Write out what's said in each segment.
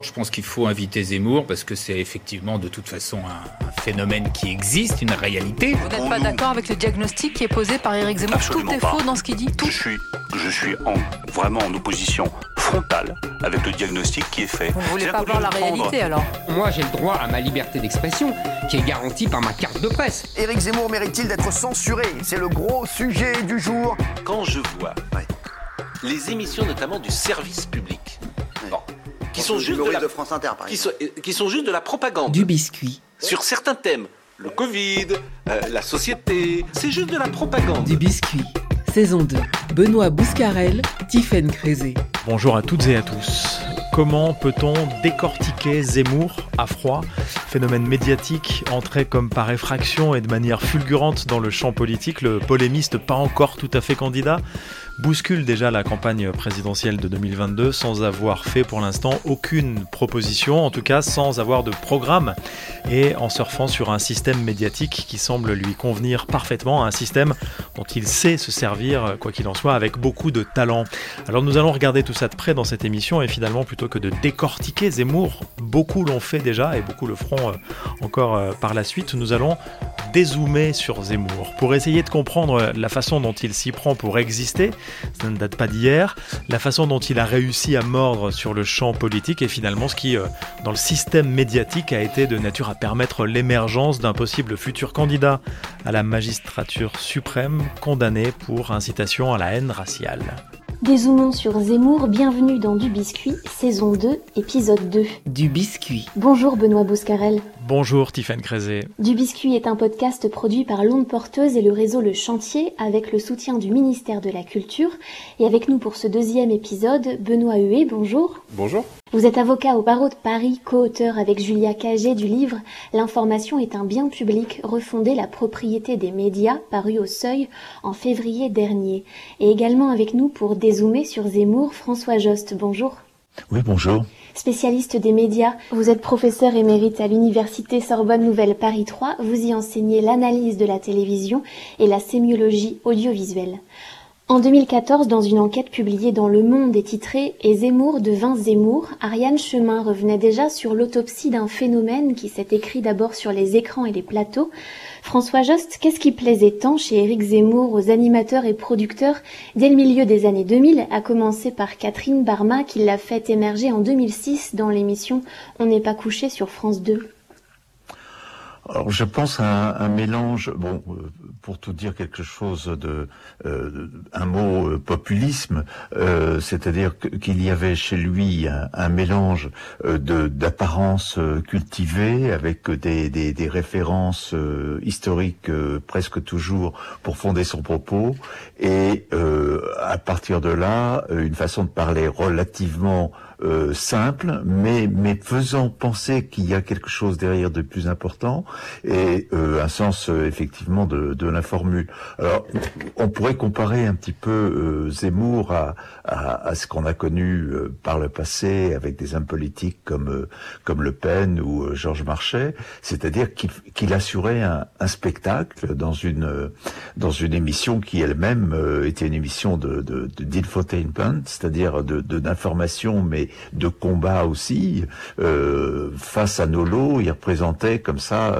Je pense qu'il faut inviter Zemmour parce que c'est effectivement de toute façon un phénomène qui existe, une réalité. Vous n'êtes pas d'accord avec le diagnostic qui est posé par Éric Zemmour? Absolument tout est pas. faux dans ce qu'il dit. Tout. Je suis vraiment en opposition frontale avec le diagnostic qui est fait. Vous ne voulez pas voir la réalité alors? Moi j'ai le droit à ma liberté d'expression qui est garantie par ma carte de presse. Éric Zemmour mérite-t-il d'être censuré? C'est le gros sujet du jour. Quand je vois les émissions notamment du service public, qui sont juste de France Inter, par exemple. qui sont juste de la propagande. Du biscuit. Sur certains thèmes, le Covid, la société, c'est juste de la propagande. Du biscuit. Saison 2. Benoît Bouscarel, Tiffaine Crézé. Bonjour à toutes et à tous. Comment peut-on décortiquer Zemmour à froid? Phénomène médiatique entré comme par effraction et de manière fulgurante dans le champ politique, le polémiste pas encore tout à fait candidat bouscule déjà la campagne présidentielle de 2022 sans avoir fait pour l'instant aucune proposition, en tout cas sans avoir de programme et en surfant sur un système médiatique qui semble lui convenir parfaitement, un système dont il sait se servir, quoi qu'il en soit, avec beaucoup de talent. Alors nous allons regarder tout ça de près dans cette émission et finalement plutôt que de décortiquer Zemmour, beaucoup l'ont fait déjà et beaucoup le feront encore par la suite, nous allons dézoomer sur Zemmour pour essayer de comprendre la façon dont il s'y prend pour exister, ça ne date pas d'hier, la façon dont il a réussi à mordre sur le champ politique et finalement ce qui, dans le système médiatique, a été de nature à permettre l'émergence d'un possible futur candidat à la magistrature suprême condamné pour incitation à la haine raciale. Dézoomons sur Zemmour, bienvenue dans Du Biscuit, saison 2, épisode 2. Du biscuit. Bonjour Benoît Bouscarel. Bonjour Tiffaine Crézé. Du Biscuit est un podcast produit par l'Onde Porteuse et le réseau Le Chantier avec le soutien du ministère de la Culture. Et avec nous pour ce deuxième épisode, Benoît Huet, bonjour. Bonjour. Vous êtes avocat au barreau de Paris, co-auteur avec Julia Cagé du livre « L'information est un bien public, refonder la propriété des médias » paru au Seuil en février dernier. Et également avec nous pour dézoomer sur Zemmour, François Jost, bonjour. Oui, bonjour. Spécialiste des médias, vous êtes professeur émérite à l'université Sorbonne Nouvelle Paris 3, vous y enseignez l'analyse de la télévision et la sémiologie audiovisuelle. En 2014, dans une enquête publiée dans Le Monde et titrée « Et Zemmour devint Zemmour », Ariane Chemin revenait déjà sur l'autopsie d'un phénomène qui s'est écrit d'abord sur les écrans et les plateaux. François Jost, qu'est-ce qui plaisait tant chez Éric Zemmour aux animateurs et producteurs dès le milieu des années 2000, à commencer par Catherine Barma qui l'a fait émerger en 2006 dans l'émission « On n'est pas couché » sur France 2 ? Alors je pense à un mélange, pour tout dire quelque chose un mot populisme, c'est-à-dire qu'il y avait chez lui un mélange d'apparence cultivée avec des références historiques presque toujours pour fonder son propos et à partir de là une façon de parler relativement simple, mais faisant penser qu'il y a quelque chose derrière de plus important et un sens effectivement de la formule. Alors, on pourrait comparer un petit peu Zemmour à ce qu'on a connu par le passé avec des hommes politiques comme Le Pen ou Georges Marchais, c'est-à-dire qu'il assurait un spectacle dans une émission qui elle-même était une émission d'infotainment, c'est-à-dire d'information, mais de combat aussi. Face à nos lots, il représentait comme ça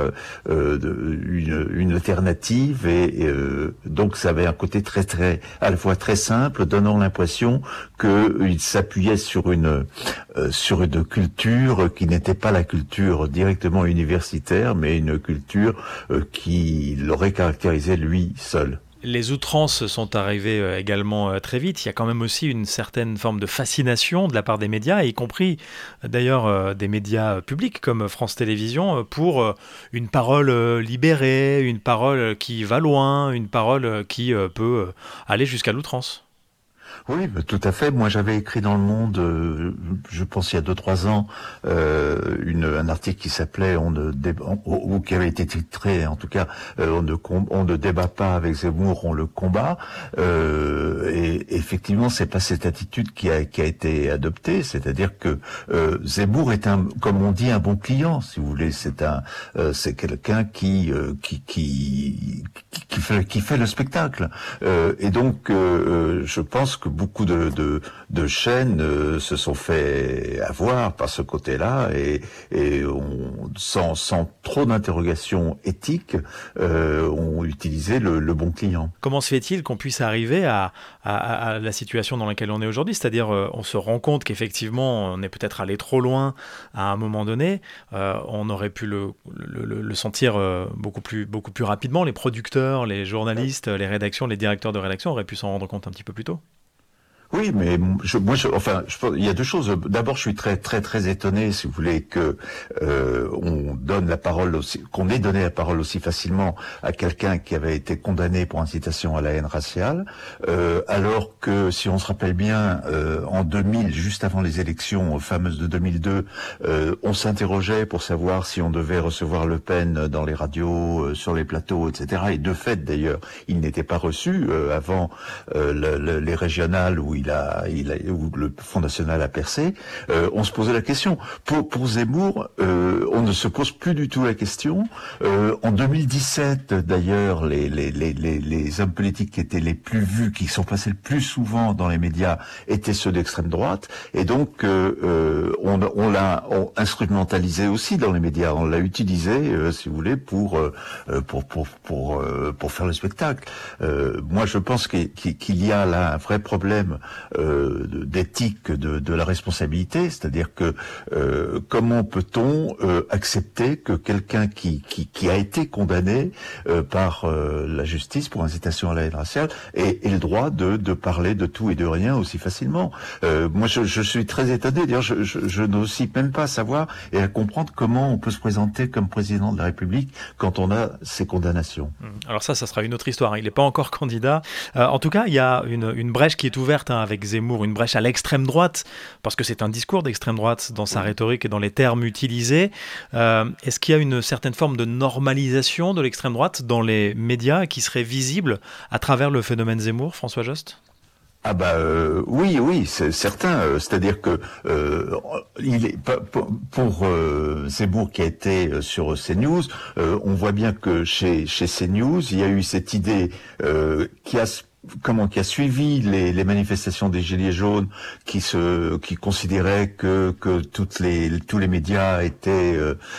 une alternative et donc ça avait un côté très à la fois très simple, donnant l'impression qu'il s'appuyait sur une culture qui n'était pas la culture directement universitaire, mais une culture qui l'aurait caractérisé lui seul. Les outrances sont arrivées également très vite. Il y a quand même aussi une certaine forme de fascination de la part des médias, y compris d'ailleurs des médias publics comme France Télévisions, pour une parole libérée, une parole qui va loin, une parole qui peut aller jusqu'à l'outrance. Oui, tout à fait. Moi, j'avais écrit dans Le Monde, je pense il y a 2-3 ans, un article qui s'appelait ou qui avait été titré, en tout cas, on ne débat pas avec Zemmour, on le combat. Et effectivement, c'est pas cette attitude qui a été adoptée, c'est-à-dire que Zemmour est comme on dit, un bon client, si vous voulez. C'est quelqu'un qui fait le spectacle. Et donc, je pense que beaucoup de chaînes se sont fait avoir par ce côté-là et sans trop d'interrogations éthiques, ont utilisé le bon client. Comment se fait-il qu'on puisse arriver à la situation dans laquelle on est aujourd'hui ? C'est-à-dire, on se rend compte qu'effectivement, on est peut-être allé trop loin à un moment donné. On aurait pu le sentir beaucoup plus rapidement. Les producteurs, les journalistes, les rédactions, les directeurs de rédaction auraient pu s'en rendre compte un petit peu plus tôt. Oui, mais il y a deux choses. D'abord, je suis très très très étonné, si vous voulez, que qu'on ait donné la parole aussi facilement à quelqu'un qui avait été condamné pour incitation à la haine raciale, alors que, si on se rappelle bien, en 2000, juste avant les élections fameuses de 2002, on s'interrogeait pour savoir si on devait recevoir Le Pen dans les radios, sur les plateaux, etc. Et de fait, d'ailleurs, il n'était pas reçu avant les régionales où où le Front National a percé. On se posait la question. Pour Zemmour, on ne se pose plus du tout la question. En 2017, d'ailleurs, les hommes politiques qui étaient les plus vus, qui sont passés le plus souvent dans les médias, étaient ceux d'extrême droite. Et donc, on l'a instrumentalisé aussi dans les médias. On l'a utilisé, si vous voulez, pour faire le spectacle. Moi, je pense qu'il y a là un vrai problème d'éthique de la responsabilité, c'est-à-dire que comment peut-on accepter que quelqu'un qui a été condamné par la justice pour incitation à la haine raciale ait le droit de parler de tout et de rien aussi facilement. Moi, je suis très étonné. D'ailleurs, je n'ose même pas savoir et à comprendre comment on peut se présenter comme président de la République quand on a ces condamnations. Alors ça sera une autre histoire. Il n'est pas encore candidat. En tout cas, il y a une brèche qui est ouverte avec Zemmour, une brèche à l'extrême droite, parce que c'est un discours d'extrême droite dans sa rhétorique et dans les termes utilisés. Est-ce qu'il y a une certaine forme de normalisation de l'extrême droite dans les médias qui serait visible à travers le phénomène Zemmour, François Jost ? Oui, c'est certain. C'est-à-dire que il est pour Zemmour qui a été sur CNews, on voit bien que chez CNews, il y a eu cette idée qui a suivi les manifestations des Gilets jaunes, qui considérait que tous les médias étaient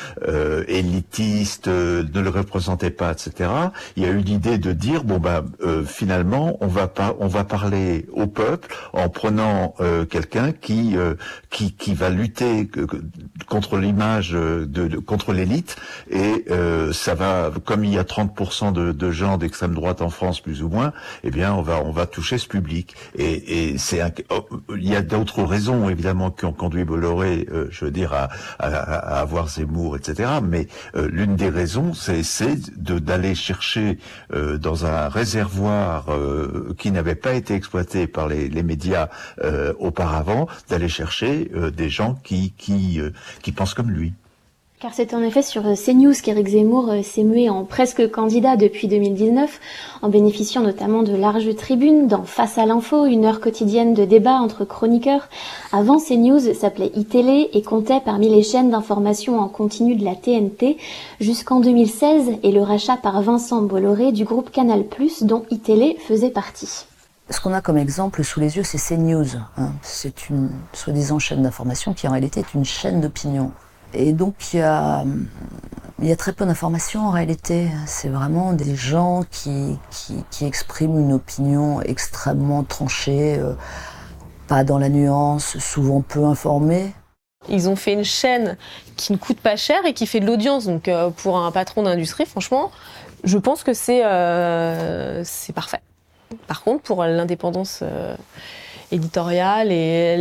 élitistes, ne le représentaient pas, etc. Il y a eu l'idée de dire finalement on va parler au peuple en prenant quelqu'un qui va lutter contre l'image contre l'élite, et ça va, comme il y a 30% de gens d'extrême droite en France plus ou moins, eh bien on va toucher ce public, et il y a d'autres raisons évidemment qui ont conduit Bolloré, à avoir Zemmour, etc. Mais l'une des raisons, c'est d'aller chercher dans un réservoir qui n'avait pas été exploité par les médias auparavant, d'aller chercher des gens qui pensent comme lui. Car c'est en effet sur CNews qu'Éric Zemmour s'est mué en presque candidat depuis 2019, en bénéficiant notamment de larges tribunes dans Face à l'info, une heure quotidienne de débat entre chroniqueurs. Avant, CNews s'appelait iTélé et comptait parmi les chaînes d'information en continu de la TNT jusqu'en 2016 et le rachat par Vincent Bolloré du groupe Canal+, dont iTélé faisait partie. Ce qu'on a comme exemple sous les yeux, c'est CNews. C'est une soi-disant chaîne d'information qui en réalité est une chaîne d'opinion. Et donc il y a très peu d'informations en réalité. C'est vraiment des gens qui expriment une opinion extrêmement tranchée, pas dans la nuance, souvent peu informée. Ils ont fait une chaîne qui ne coûte pas cher et qui fait de l'audience. Donc pour un patron d'industrie, franchement, je pense que c'est parfait. Par contre, pour l'indépendance éditoriale et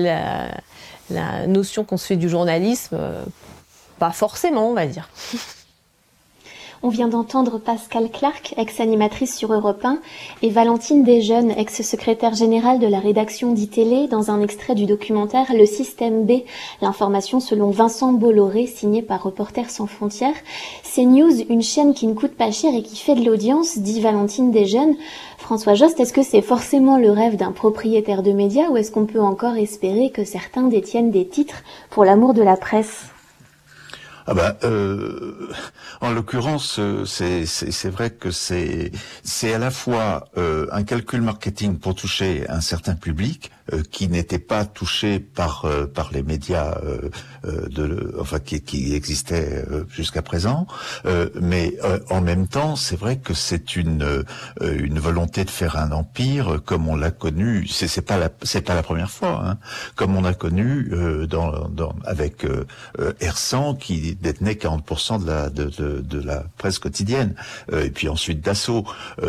la notion qu'on se fait du journalisme, pas forcément, on va dire. On vient d'entendre Pascale Clark, ex-animatrice sur Europe 1, et Valentine Desjeunes, ex-secrétaire générale de la rédaction d'iTélé, dans un extrait du documentaire Le Système B, l'information selon Vincent Bolloré, signé par Reporters sans frontières. CNews, une chaîne qui ne coûte pas cher et qui fait de l'audience, dit Valentine Desjeunes. François Jost, est-ce que c'est forcément le rêve d'un propriétaire de médias, ou est-ce qu'on peut encore espérer que certains détiennent des titres pour l'amour de la presse ? En l'occurrence, c'est vrai que c'est à la fois un calcul marketing pour toucher un certain public qui n'était pas touché par les médias qui existaient jusqu'à présent, mais en même temps, c'est vrai que c'est une volonté de faire un empire comme on l'a connu. C'est pas la première fois, hein, comme on a connu avec Hersant qui détenait 40% de la presse quotidienne, et puis ensuite Dassault.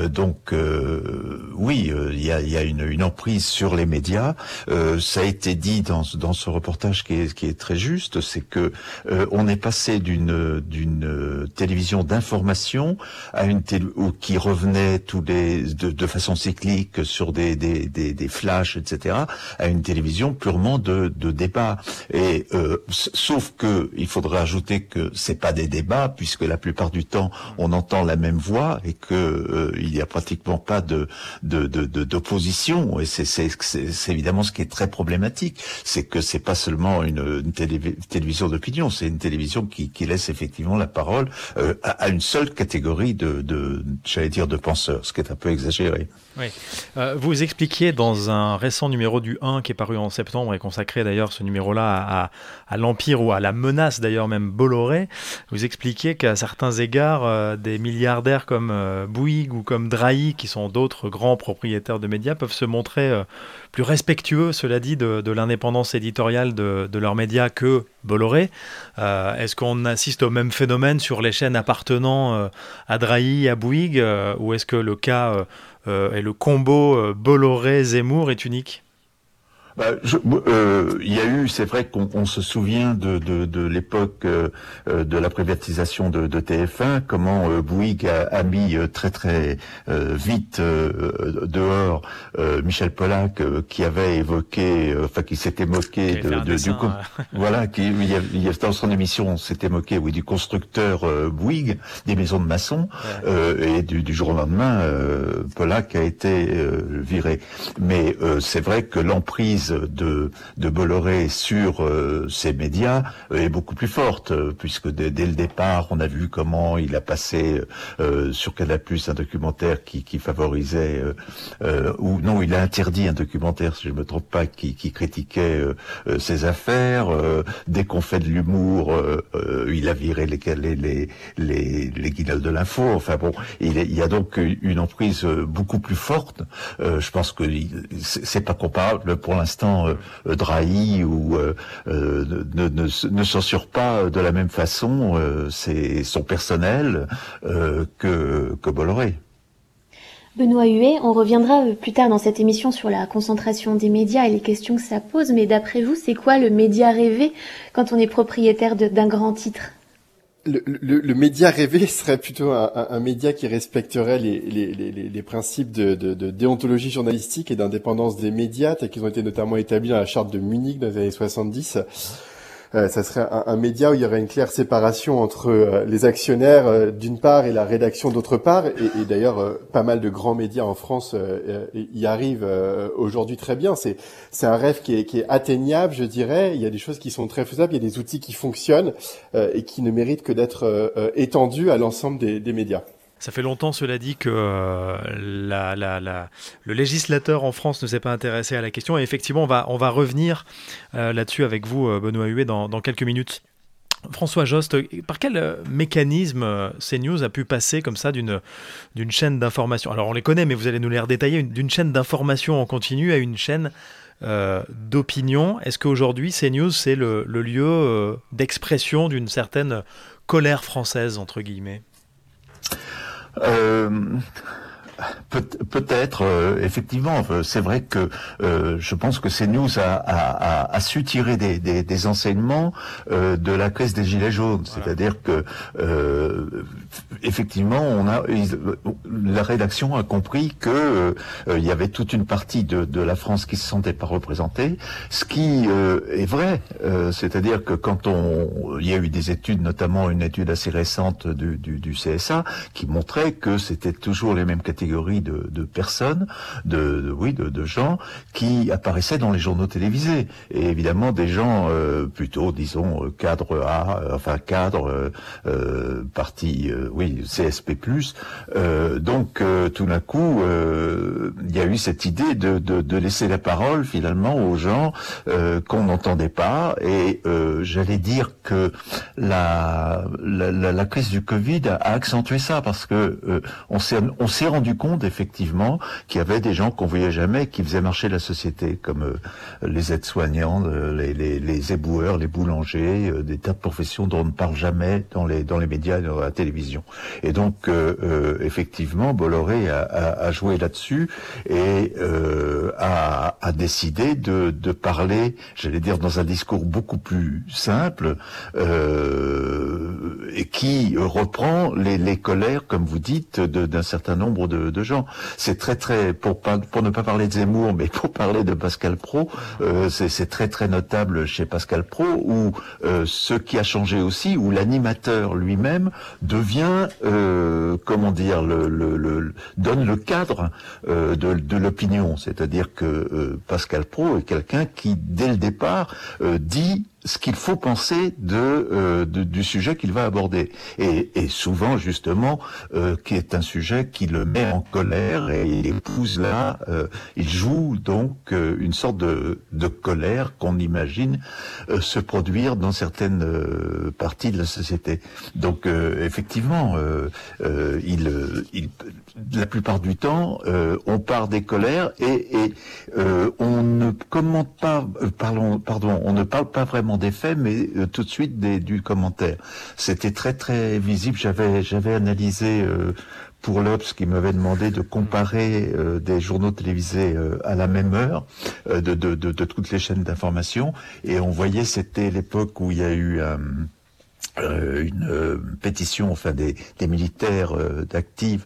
Oui, il y a une emprise sur les médias. Ça a été dit dans ce reportage qui est très juste, c'est que on est passé d'une télévision d'information à une qui revenait de façon cyclique sur des flashs, etc., à une télévision purement de débat. Et sauf que il faudrait ajouter que c'est pas des débats, puisque la plupart du temps on entend la même voix et que il y a pratiquement pas d'opposition. Et c'est évidemment ce qui est très problématique, c'est que c'est pas seulement une télévision d'opinion, c'est une télévision qui laisse effectivement la parole à une seule catégorie j'allais dire de penseurs, ce qui est un peu exagéré. Oui. Vous expliquiez dans un récent numéro du 1 qui est paru en septembre et consacré d'ailleurs ce numéro-là à l'Empire ou à la menace d'ailleurs même Bolloré, vous expliquiez qu'à certains égards des milliardaires comme Bouygues ou comme Drahi, qui sont d'autres grands propriétaires de médias, peuvent se montrer plus respectueux, cela dit, de l'indépendance éditoriale de leurs médias que Bolloré. Est-ce qu'on assiste au même phénomène sur les chaînes appartenant à Drahi, à Bouygues, ou est-ce que le cas et le combo Bolloré-Zemmour est unique? Il y a eu, c'est vrai qu'on se souvient de l'époque de la privatisation de TF1, comment Bouygues a mis très très vite dehors Michel Pollack, qui avait évoqué, qui s'était moqué voilà, dans son émission, on s'était moqué, du constructeur Bouygues, des maisons de maçons, et du jour au lendemain, Pollack a été viré. Mais c'est vrai que l'emprise de Bolloré sur ces médias est beaucoup plus forte, puisque dès le départ, on a vu comment il a passé sur Canal+ un documentaire qui favorisait, il a interdit un documentaire, si je me trompe pas, qui critiquait ses affaires. Dès qu'on fait de l'humour, il a viré les guignols de l'info. Enfin bon, il y a donc une emprise beaucoup plus forte. Je pense que c'est pas comparable pour l'instant. Drahi ne censure pas de la même façon son personnel que Bolloré. Benoît Huet, on reviendra plus tard dans cette émission sur la concentration des médias et les questions que ça pose, mais d'après vous, c'est quoi le média rêvé quand on est propriétaire d'un grand titre ? Le média rêvé serait plutôt un média qui respecterait les principes de déontologie journalistique et d'indépendance des médias, tels qu'ils ont été notamment établis dans la charte de Munich dans les années 70. Ça serait un média où il y aurait une claire séparation entre les actionnaires d'une part et la rédaction d'autre part. Et d'ailleurs, pas mal de grands médias en France y arrivent aujourd'hui très bien. C'est un rêve qui est atteignable, je dirais. Il y a des choses qui sont très faisables, il y a des outils qui fonctionnent et qui ne méritent que d'être étendus à l'ensemble des médias. Ça fait longtemps, cela dit, que le législateur en France ne s'est pas intéressé à la question. Et effectivement, on va revenir là-dessus avec vous, Benoît Huet, dans quelques minutes. François Jost, par quel mécanisme CNews a pu passer comme ça d'une chaîne d'information, alors on les connaît, mais vous allez nous les redétailler, d'une chaîne d'information en continu à une chaîne d'opinion? Est-ce qu'aujourd'hui, CNews, c'est le lieu d'expression d'une certaine colère française, entre guillemets? Peut-être, effectivement, c'est vrai que je pense que CNews a su tirer des enseignements de la crise des Gilets jaunes, c'est-à-dire que effectivement, la rédaction a compris que il y avait toute une partie de la France qui se sentait pas représentée, ce qui est vrai, c'est-à-dire que quand il y a eu des études, notamment une étude assez récente du CSA, qui montrait que c'était toujours les mêmes catégories de personnes, de gens qui apparaissaient dans les journaux télévisés. Et évidemment des gens plutôt, disons, cadre A, parti, CSP+. Donc tout d'un coup, il y a eu cette idée de laisser la parole finalement aux gens qu'on n'entendait pas. Et j'allais dire que la crise du Covid a accentué ça, parce que on s'est rendu compte effectivement qu'il y avait des gens qu'on voyait jamais qui faisaient marcher la société, comme les aides-soignants, les éboueurs, les boulangers, des tas de professions dont on ne parle jamais dans les médias et dans la télévision. Et donc effectivement, Bolloré a joué là-dessus et a décidé de parler, j'allais dire, dans un discours beaucoup plus simple et qui reprend les colères, comme vous dites, d'un certain nombre de gens. C'est très, pour ne pas parler de Zemmour, mais pour parler de Pascal Praud, c'est très notable chez Pascal Praud, où ce qui a changé aussi, où l'animateur lui-même devient, donne le cadre de l'opinion. C'est-à-dire que Pascal Praud est quelqu'un qui, dès le départ, dit ce qu'il faut penser du sujet qu'il va aborder, et souvent justement qui est un sujet qui le met en colère, et il épouse là, il joue donc une sorte de colère qu'on imagine se produire dans certaines parties de la société. Donc effectivement, la plupart du temps, on part des colères et on ne commente pas, on ne parle pas vraiment des faits, mais tout de suite du commentaire. C'était très visible. J'avais analysé pour l'Obs, qui m'avait demandé de comparer des journaux télévisés à la même heure de toutes les chaînes d'information, et on voyait, c'était l'époque où il y a eu une pétition, enfin des militaires d'actifs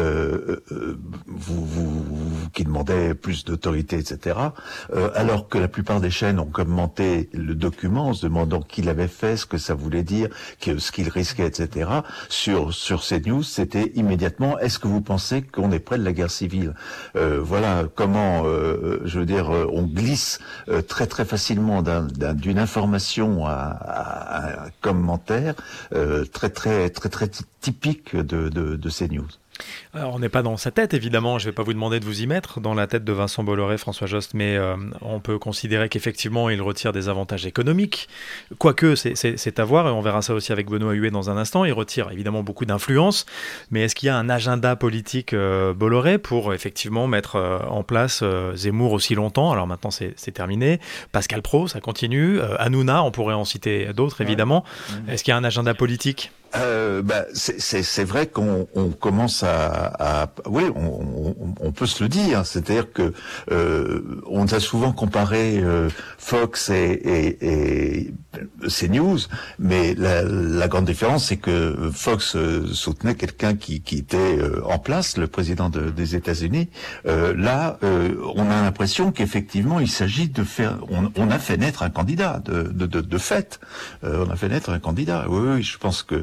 qui demandaient plus d'autorité, etc. Alors que la plupart des chaînes ont commenté le document en se demandant qui l'avait fait, ce que ça voulait dire, ce qu'il risquait, etc. Sur CNews, c'était immédiatement: est-ce que vous pensez qu'on est près de la guerre civile? Voilà comment, je veux dire, on glisse très facilement d'une information à un commentaire très typique de CNews. Alors, on n'est pas dans sa tête, évidemment, je ne vais pas vous demander de vous y mettre dans la tête de Vincent Bolloré, François Jost, mais on peut considérer qu'effectivement il retire des avantages économiques, quoique c'est à voir, et on verra ça aussi avec Benoît Huet dans un instant. Il retire évidemment beaucoup d'influence, mais est-ce qu'il y a un agenda politique Bolloré pour effectivement mettre en place Zemmour aussi longtemps? Alors maintenant c'est terminé, Pascal Praud, ça continue, Hanouna, on pourrait en citer d'autres évidemment. Est-ce qu'il y a un agenda politique? C'est vrai qu'on commence oui, on peut se le dire. C'est-à-dire que on a souvent comparé Fox et CNews, mais la grande différence, c'est que Fox soutenait quelqu'un qui était en place, le président des États-Unis. Là, on a l'impression qu'effectivement, il s'agit de faire. On a fait naître un candidat de fait. On a fait naître un candidat. Oui, je pense que.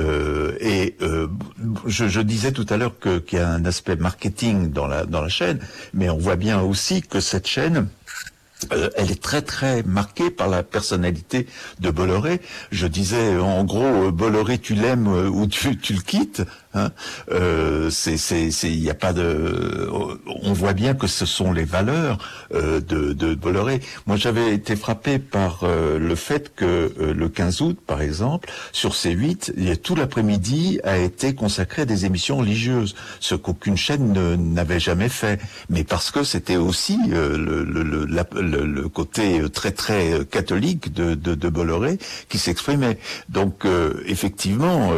Je disais tout à l'heure qu'il y a un aspect marketing dans la chaîne, mais on voit bien aussi que cette chaîne, elle est très marquée par la personnalité de Bolloré. Je disais, en gros, Bolloré, tu l'aimes ou tu le quittes. Hein, il y a pas de. On voit bien que ce sont les valeurs de Bolloré. Moi, j'avais été frappé par le fait que le 15 août, par exemple, sur C8, tout l'après-midi a été consacré à des émissions religieuses, ce qu'aucune chaîne n'avait jamais fait. Mais parce que c'était aussi le côté très catholique de Bolloré qui s'exprimait. Donc effectivement,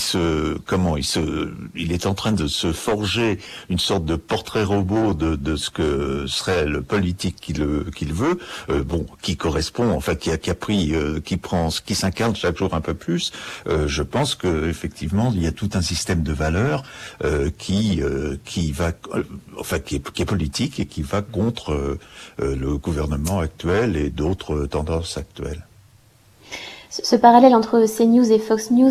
il est en train de se forger une sorte de portrait robot de ce que serait le politique qu'il veut, qui correspond, enfin qui s'incarne chaque jour un peu plus. Je pense que effectivement il y a tout un système de valeurs qui est politique et qui va contre le gouvernement actuel et d'autres tendances actuelles. Ce parallèle entre CNews et Fox News,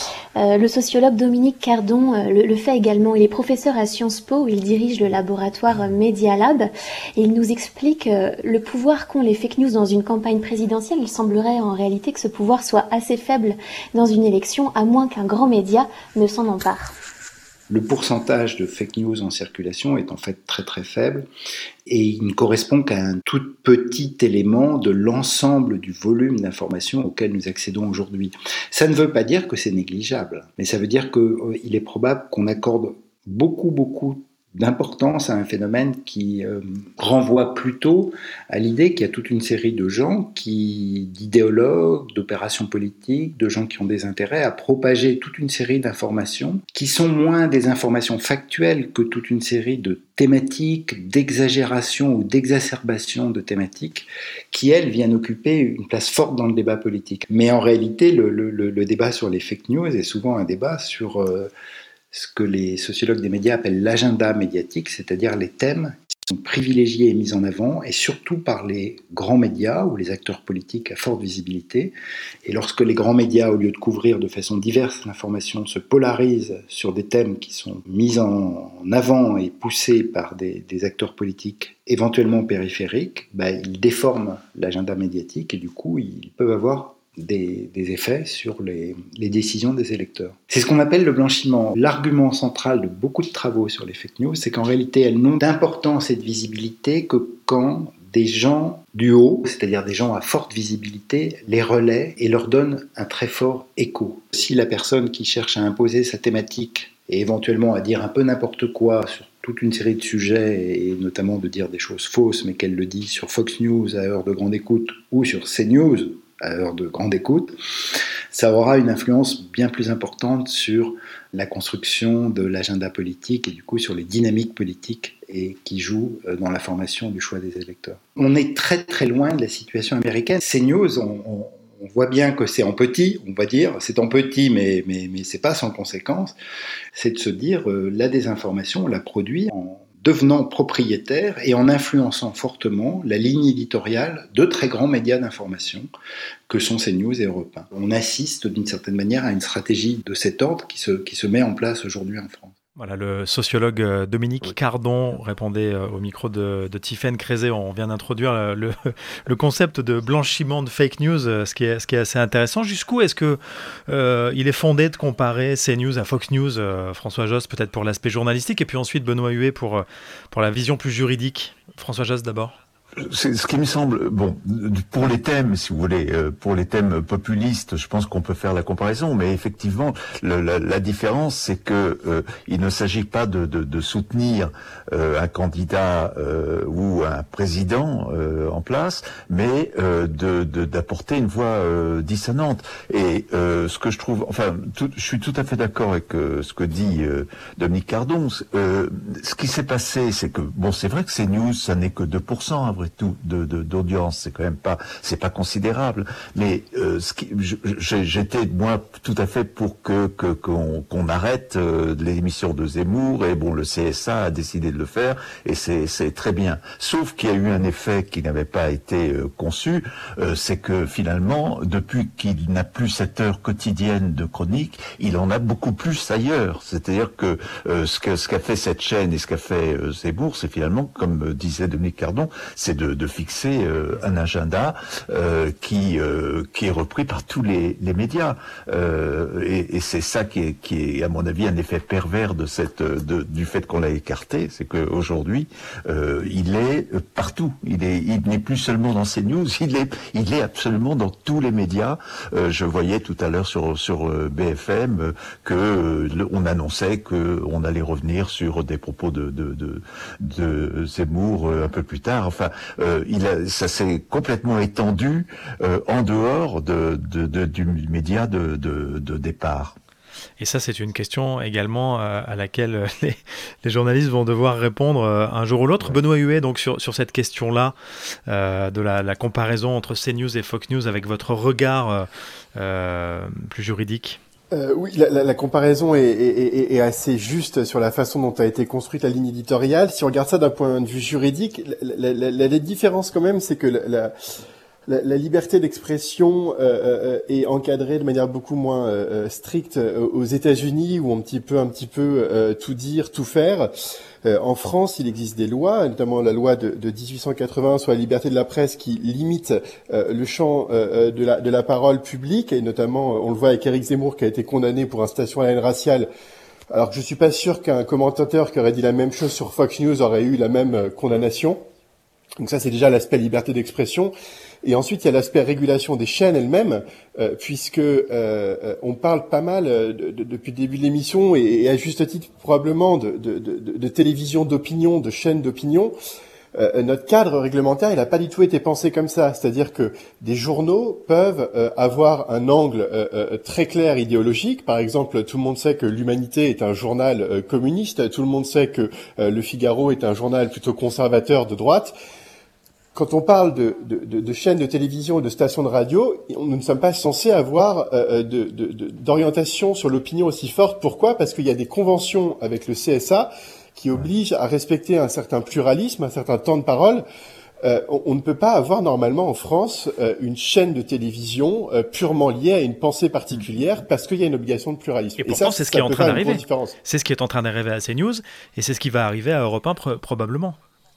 le sociologue Dominique Cardon le fait également. Il est professeur à Sciences Po, où il dirige le laboratoire Media Lab, et il nous explique le pouvoir qu'ont les fake news dans une campagne présidentielle. Il semblerait en réalité que ce pouvoir soit assez faible dans une élection, à moins qu'un grand média ne s'en empare. Le pourcentage de fake news en circulation est en fait très très faible et il ne correspond qu'à un tout petit élément de l'ensemble du volume d'informations auquel nous accédons aujourd'hui. Ça ne veut pas dire que c'est négligeable, mais ça veut dire qu'il est probable qu'on accorde beaucoup d'importance à un phénomène qui renvoie plutôt à l'idée qu'il y a toute une série de gens, d'idéologues, d'opérations politiques, de gens qui ont des intérêts à propager toute une série d'informations qui sont moins des informations factuelles que toute une série de thématiques, d'exagération ou d'exacerbation de thématiques qui, elles, viennent occuper une place forte dans le débat politique. Mais en réalité, le débat sur les fake news est souvent un débat sur ce que les sociologues des médias appellent l'agenda médiatique, c'est-à-dire les thèmes qui sont privilégiés et mis en avant, et surtout par les grands médias ou les acteurs politiques à forte visibilité. Et lorsque les grands médias, au lieu de couvrir de façon diverse l'information, se polarisent sur des thèmes qui sont mis en avant et poussés par des acteurs politiques éventuellement périphériques, ils déforment l'agenda médiatique et du coup, ils peuvent avoir des effets sur les décisions des électeurs. C'est ce qu'on appelle le blanchiment. L'argument central de beaucoup de travaux sur les fake news, c'est qu'en réalité, elles n'ont d'importance et de visibilité que quand des gens du haut, c'est-à-dire des gens à forte visibilité, les relaient et leur donnent un très fort écho. Si la personne qui cherche à imposer sa thématique et éventuellement à dire un peu n'importe quoi sur toute une série de sujets, et notamment de dire des choses fausses, mais qu'elle le dit sur Fox News à heure de grande écoute ou sur CNews à heure de grande écoute, ça aura une influence bien plus importante sur la construction de l'agenda politique et du coup sur les dynamiques politiques et qui jouent dans la formation du choix des électeurs. On est très très loin de la situation américaine. CNews, on voit bien que c'est en petit, on va dire, c'est en petit mais c'est pas sans conséquence, c'est de se dire la désinformation, on la produit en devenant propriétaire et en influençant fortement la ligne éditoriale de très grands médias d'information que sont CNews et Europe 1. On assiste d'une certaine manière à une stratégie de cet ordre qui se met en place aujourd'hui en France. Voilà, le sociologue Dominique Cardon répondait au micro de Tiffaine Crézé. On vient d'introduire le concept de blanchiment de fake news, ce qui est assez intéressant. Jusqu'où est-ce que il est fondé de comparer CNews à Fox News, François Josse, peut-être pour l'aspect journalistique, et puis ensuite Benoît Huet pour la vision plus juridique. François Josse d'abord. C'est ce qui me semble, bon, pour les thèmes, si vous voulez, pour les thèmes populistes, je pense qu'on peut faire la comparaison, mais effectivement, la différence, c'est que il ne s'agit pas de soutenir un candidat ou un président en place, mais d'apporter une voix dissonante. Et ce que je trouve, je suis tout à fait d'accord avec ce que dit Dominique Cardon. Ce qui s'est passé, c'est que, bon, c'est vrai que CNews, ça n'est que 2%, à vrai tout, d'audience, c'est quand même pas, c'est pas considérable, mais j'étais moi tout à fait pour qu'on arrête l'émission de Zemmour, et bon, le CSA a décidé de le faire et c'est très bien, sauf qu'il y a eu un effet qui n'avait pas été conçu, c'est que finalement, depuis qu'il n'a plus cette heure quotidienne de chronique, il en a beaucoup plus ailleurs, c'est-à-dire que ce qu'a fait cette chaîne et ce qu'a fait Zemmour, c'est finalement, comme disait Dominique Cardon, c'est de fixer un agenda qui est repris par tous les médias. Et c'est ça qui est, à mon avis, un effet pervers du fait qu'on l'a écarté, c'est qu'aujourd'hui, il est partout. Il n'est plus seulement dans CNews, il est absolument dans tous les médias. Je voyais tout à l'heure sur BFM on annonçait qu'on allait revenir sur des propos de Zemmour un peu plus tard. Enfin, ça s'est complètement étendu en dehors du média de départ. Et ça, c'est une question également à laquelle les journalistes vont devoir répondre un jour ou l'autre. Benoît Huet, donc sur cette question-là, de la comparaison entre CNews et Fox News avec votre regard plus juridique. Oui, la comparaison est assez juste sur la façon dont a été construite la ligne éditoriale. Si on regarde ça d'un point de vue juridique, la différence quand même, c'est que la liberté d'expression est encadrée de manière beaucoup moins stricte aux États-Unis, où on peut un petit peu tout dire, tout faire. En France, il existe des lois, notamment la loi de 1880 sur la liberté de la presse, qui limite le champ de la parole publique, et notamment, on le voit avec Éric Zemmour, qui a été condamné pour incitation à la haine raciale. Alors que je suis pas sûr qu'un commentateur qui aurait dit la même chose sur Fox News aurait eu la même condamnation. Donc ça, c'est déjà l'aspect liberté d'expression. Et ensuite, il y a l'aspect régulation des chaînes elles-mêmes, puisque on parle pas mal depuis le début de l'émission, et à juste titre probablement de télévision d'opinion, de chaînes d'opinion. Notre cadre réglementaire, il n'a pas du tout été pensé comme ça. C'est-à-dire que des journaux peuvent avoir un angle très clair idéologique. Par exemple, tout le monde sait que l'Humanité est un journal communiste. Tout le monde sait que Le Figaro est un journal plutôt conservateur de droite. Quand on parle de chaînes de télévision et de stations de radio, nous ne sommes pas censés avoir d'orientation sur l'opinion aussi forte. Pourquoi ? Parce qu'il y a des conventions avec le CSA qui obligent à respecter un certain pluralisme, un certain temps de parole. On ne peut pas avoir normalement en France une chaîne de télévision purement liée à une pensée particulière, parce qu'il y a une obligation de pluralisme. Et pourtant, c'est ce qui est en train d'arriver. C'est ce qui est en train d'arriver à CNews, et c'est ce qui va arriver à Europe 1 probablement.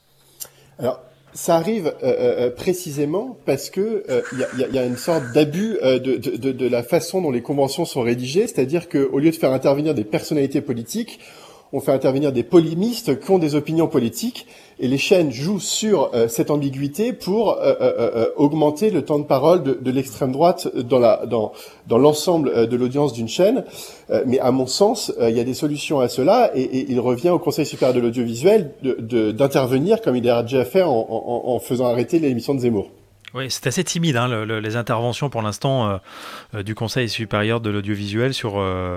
Alors, ça arrive précisément parce que il y a une sorte d'abus de la façon dont les conventions sont rédigées, c'est-à-dire qu'au lieu de faire intervenir des personnalités politiques, on fait intervenir des polémistes qui ont des opinions politiques, et les chaînes jouent sur cette ambiguïté pour augmenter le temps de parole de l'extrême droite dans l'ensemble de l'audience d'une chaîne. Mais à mon sens, il y a des solutions à cela, et il revient au Conseil supérieur de l'audiovisuel d'intervenir, comme il a déjà fait en faisant arrêter l'émission de Zemmour. Oui, c'est assez timide, les interventions pour l'instant du Conseil supérieur de l'audiovisuel sur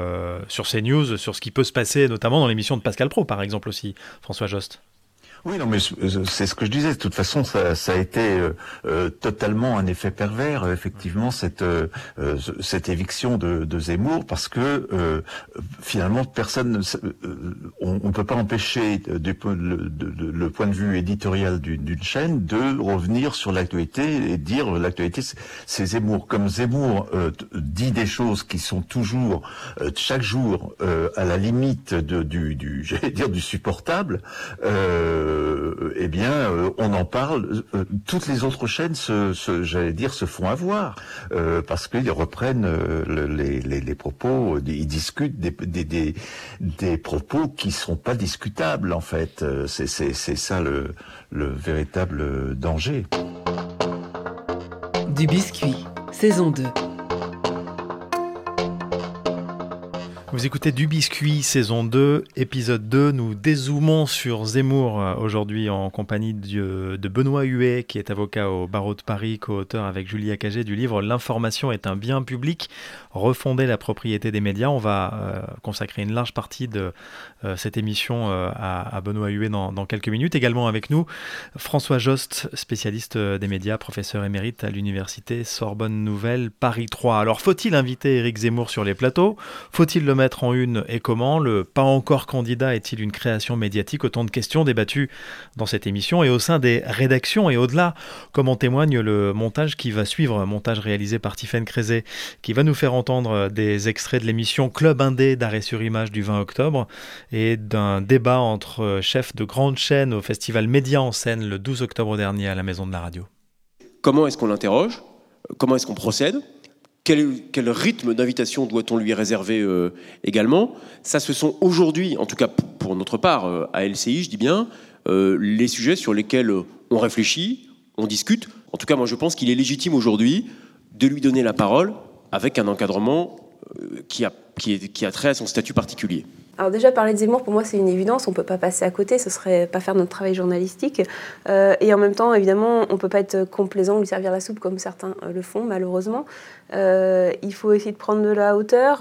CNews, sur ce qui peut se passer, notamment dans l'émission de Pascal Praud, par exemple aussi, François Jost. Oui, non, mais c'est ce que je disais. De toute façon, ça a été totalement un effet pervers, effectivement, cette éviction de Zemmour, parce que finalement, personne, on peut pas empêcher le point de vue éditorial d'une chaîne de revenir sur l'actualité et dire l'actualité, c'est Zemmour. Comme Zemmour dit des choses qui sont toujours chaque jour à la limite j'allais dire du supportable. Eh bien, on en parle. Toutes les autres chaînes se font avoir parce qu'ils reprennent les propos, ils discutent des propos qui sont pas discutables en fait. C'est ça le véritable danger. Du biscuit, saison 2. Vous écoutez Du Biscuit, saison 2, épisode 2. Nous dézoomons sur Zemmour aujourd'hui en compagnie de Benoît Huet, qui est avocat au barreau de Paris, co-auteur avec Julie Acagé du livre « L'information est un bien public, refonder la propriété des médias ». On va consacrer une large partie de cette émission à Benoît Huet dans quelques minutes. Également avec nous, François Jost, spécialiste des médias, professeur émérite à l'université Sorbonne Nouvelle Paris 3. Alors, faut-il inviter Éric Zemmour sur les plateaux ? Faut-il le mettre en une, et comment ? Le pas encore candidat est-il une création médiatique ? Autant de questions débattues dans cette émission et au sein des rédactions et au-delà, comme en témoigne le montage qui va suivre, un montage réalisé par Tiffaine Crézé, qui va nous faire entendre des extraits de l'émission Club Indé d'Arrêt sur Image du 20 octobre et d'un débat entre chefs de grandes chaînes au festival Média en scène le 12 octobre dernier à la Maison de la Radio. Comment est-ce qu'on l'interroge ? Comment est-ce qu'on procède ? Quel rythme d'invitation doit-on lui réserver également ? Ça, ce sont aujourd'hui, en tout cas pour notre part, à LCI, je dis bien, les sujets sur lesquels on réfléchit, on discute. En tout cas, moi, je pense qu'il est légitime aujourd'hui de lui donner la parole avec un encadrement qui a trait à son statut particulier. Alors déjà, parler de Zemmour, pour moi, c'est une évidence. On ne peut pas passer à côté. Ce ne serait pas faire notre travail journalistique. Et en même temps, évidemment, on ne peut pas être complaisant, lui servir la soupe comme certains le font, malheureusement. il faut essayer de prendre de la hauteur.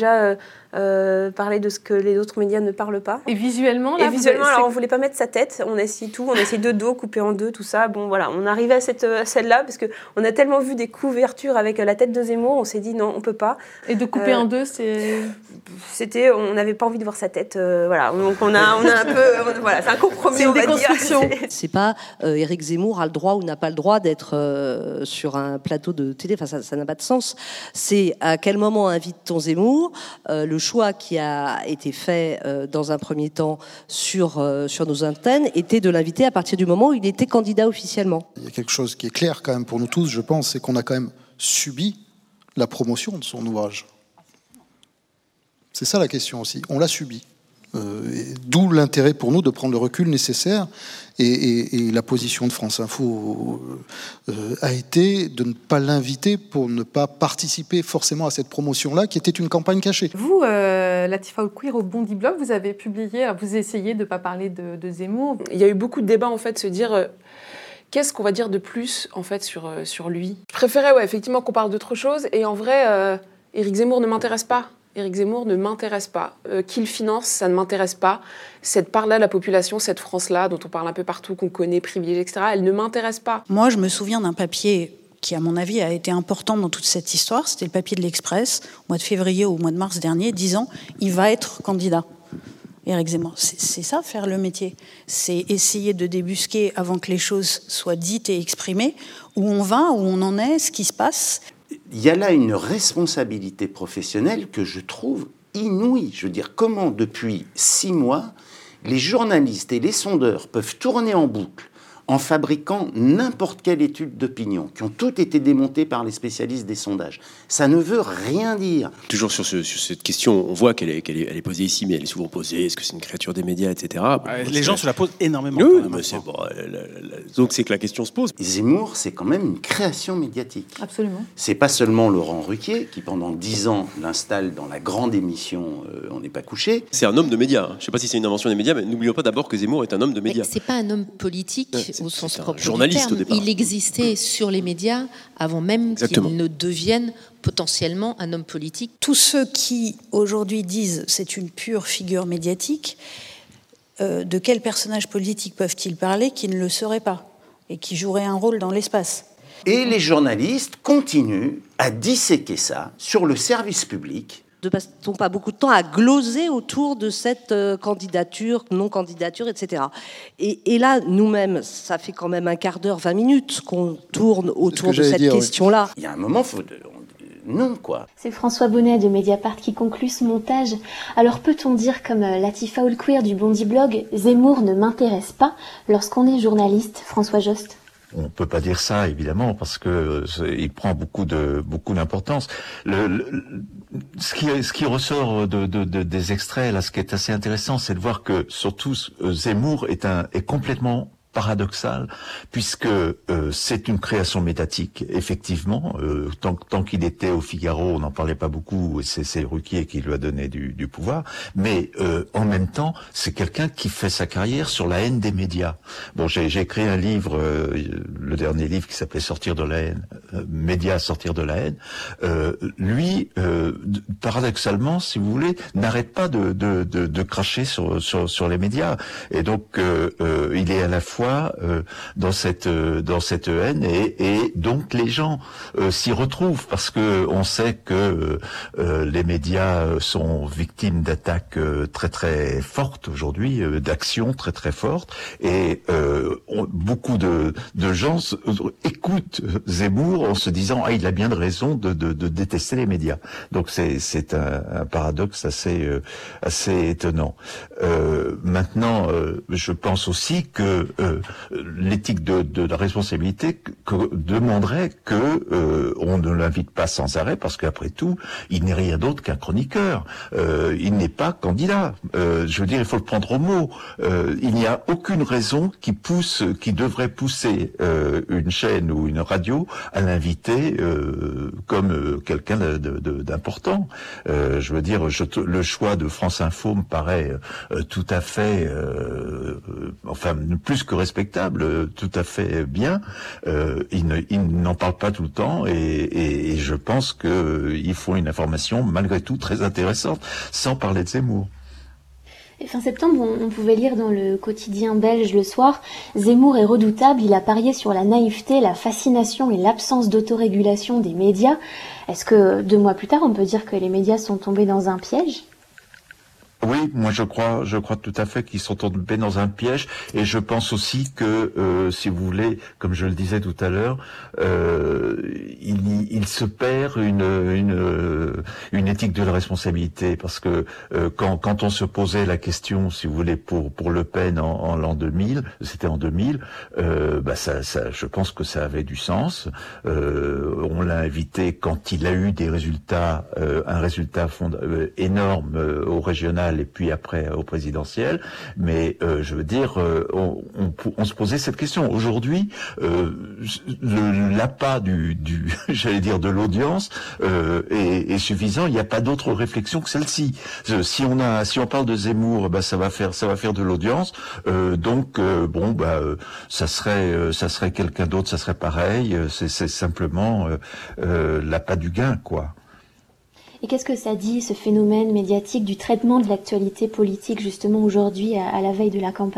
Parler de ce que les autres médias ne parlent pas. Et visuellement, alors on voulait pas mettre sa tête, on a essayé tout, on a essayé de dos, coupé en deux, tout ça. Bon voilà, on arrivait à celle-là parce que on a tellement vu des couvertures avec la tête de Zemmour, on s'est dit non, on peut pas. Et de couper en deux, on n'avait pas envie de voir sa tête, voilà. Donc on a un peu, voilà, c'est un compromis. C'est une déconstruction. C'est pas Éric Zemmour a le droit ou n'a pas le droit d'être sur un plateau de télé. Enfin, ça n'a pas de sens. C'est à quel moment invite-t-on Zemmour, le choix qui a été fait dans un premier temps sur nos antennes était de l'inviter à partir du moment où il était candidat officiellement. Il y a quelque chose qui est clair quand même pour nous tous, je pense, c'est qu'on a quand même subi la promotion de son ouvrage. C'est ça la question aussi, on l'a subi. D'où l'intérêt pour nous de prendre le recul nécessaire et la position de France Info a été de ne pas l'inviter pour ne pas participer forcément à cette promotion-là qui était une campagne cachée. Vous, Latifa Oulkouir, au Bondi Blog, vous avez publié, vous essayez de ne pas parler de Zemmour. Il y a eu beaucoup de débats en fait, se dire qu'est-ce qu'on va dire de plus en fait sur lui. Je préférais effectivement qu'on parle d'autre chose et en vrai, Éric Zemmour ne m'intéresse pas. Éric Zemmour ne m'intéresse pas. Qu'il finance, ça ne m'intéresse pas. Cette part-là, la population, cette France-là, dont on parle un peu partout, qu'on connaît, privilégiée, etc., elle ne m'intéresse pas. Moi, je me souviens d'un papier qui, à mon avis, a été important dans toute cette histoire. C'était le papier de l'Express, au mois de février ou au mois de mars dernier, disant « il va être candidat ». Éric Zemmour, c'est ça, faire le métier. C'est essayer de débusquer, avant que les choses soient dites et exprimées, où on va, où on en est, ce qui se passe. Il y a là une responsabilité professionnelle que je trouve inouïe. Je veux dire, comment depuis 6 mois, les journalistes et les sondeurs peuvent tourner en boucle en fabriquant n'importe quelle étude d'opinion, qui ont toutes été démontées par les spécialistes des sondages. Ça ne veut rien dire. Toujours sur cette question, on voit qu'elle est posée ici, mais elle est souvent posée, est-ce que c'est une créature des médias, etc. Les gens se la posent énormément. Oui, mais c'est bon, donc c'est que la question se pose. Zemmour, c'est quand même une création médiatique. Absolument. C'est pas seulement Laurent Ruquier, qui pendant 10 ans l'installe dans la grande émission On n'est pas couché. C'est un homme de médias. Je ne sais pas si c'est une invention des médias, mais n'oublions pas d'abord que Zemmour est un homme de médias. C'est pas un homme politique au sens propre journaliste du terme. Au départ. Il existait sur les médias avant même qu'il ne devienne potentiellement un homme politique. Tous ceux qui aujourd'hui disent c'est une pure figure médiatique, de quel personnage politique peuvent-ils parler qui ne le serait pas et qui jouerait un rôle dans l'espace ? Et les journalistes continuent à disséquer ça sur le service public. Ne passe-t-on pas beaucoup de temps à gloser autour de cette candidature, non-candidature, etc. Et là, nous-mêmes, ça fait quand même un quart d'heure, 20 minutes qu'on tourne autour de cette question-là. Il y a un moment, non, quoi. C'est François Bonnet de Mediapart qui conclut ce montage. Alors peut-on dire, comme Latifa Oulkouir du Bondi Blog, Zemmour ne m'intéresse pas lorsqu'on est journaliste, François Jost ? On peut pas dire ça, évidemment, parce que il prend beaucoup d'importance. Ce qui ressort des extraits, là, ce qui est assez intéressant, c'est de voir que, surtout, Zemmour est complètement paradoxal, puisque c'est une création médiatique, effectivement. Tant qu'il était au Figaro, on n'en parlait pas beaucoup, c'est Ruquier qui lui a donné du pouvoir, mais en même temps, c'est quelqu'un qui fait sa carrière sur la haine des médias. Bon, j'ai écrit un livre, le dernier livre qui s'appelait Sortir de la haine, Médias, sortir de la haine. Lui, paradoxalement, si vous voulez, n'arrête pas de cracher sur les médias. Et donc, il est à la fois dans cette haine et donc les gens s'y retrouvent parce que on sait que les médias sont victimes d'attaques très très fortes aujourd'hui, d'actions très très fortes et beaucoup de gens écoutent Zemmour en se disant il a bien de raison de détester les médias. Donc c'est un paradoxe assez étonnant. Maintenant, je pense aussi que l'éthique de la responsabilité demanderait que on ne l'invite pas sans arrêt parce qu'après tout, il n'est rien d'autre qu'un chroniqueur. Il n'est pas candidat. Je veux dire, il faut le prendre au mot. Il n'y a aucune raison qui devrait pousser une chaîne ou une radio à l'inviter comme quelqu'un d'important. Je veux dire, le choix de France Info me paraît tout à fait, enfin plus que respectable, tout à fait bien. Ils n'en parlent pas tout le temps et je pense qu'ils font une information malgré tout très intéressante, sans parler de Zemmour. Et fin septembre, on pouvait lire dans le quotidien belge Le Soir, Zemmour est redoutable, il a parié sur la naïveté, la fascination et l'absence d'autorégulation des médias. Est-ce que 2 mois plus tard, on peut dire que les médias sont tombés dans un piège ? Oui, moi je crois tout à fait qu'ils sont tombés dans un piège, et je pense aussi que, si vous voulez, comme je le disais tout à l'heure, il se perd une éthique de la responsabilité, parce que quand on se posait la question, si vous voulez, pour Le Pen en l'an 2000, c'était en 2000, je pense que ça avait du sens. On l'a invité quand il a eu des résultats, un résultat énorme au régional et puis après au présidentiel, mais je veux dire, on se posait cette question. Aujourd'hui, l'appât j'allais dire de l'audience est suffisant. Il n'y a pas d'autre réflexion que celle-ci. Si on parle de Zemmour, ça va faire de l'audience. Ça serait quelqu'un d'autre, ça serait pareil. C'est simplement l'appât du gain, quoi. Et qu'est-ce que ça dit, ce phénomène médiatique du traitement de l'actualité politique, justement aujourd'hui, à la veille de la campagne ?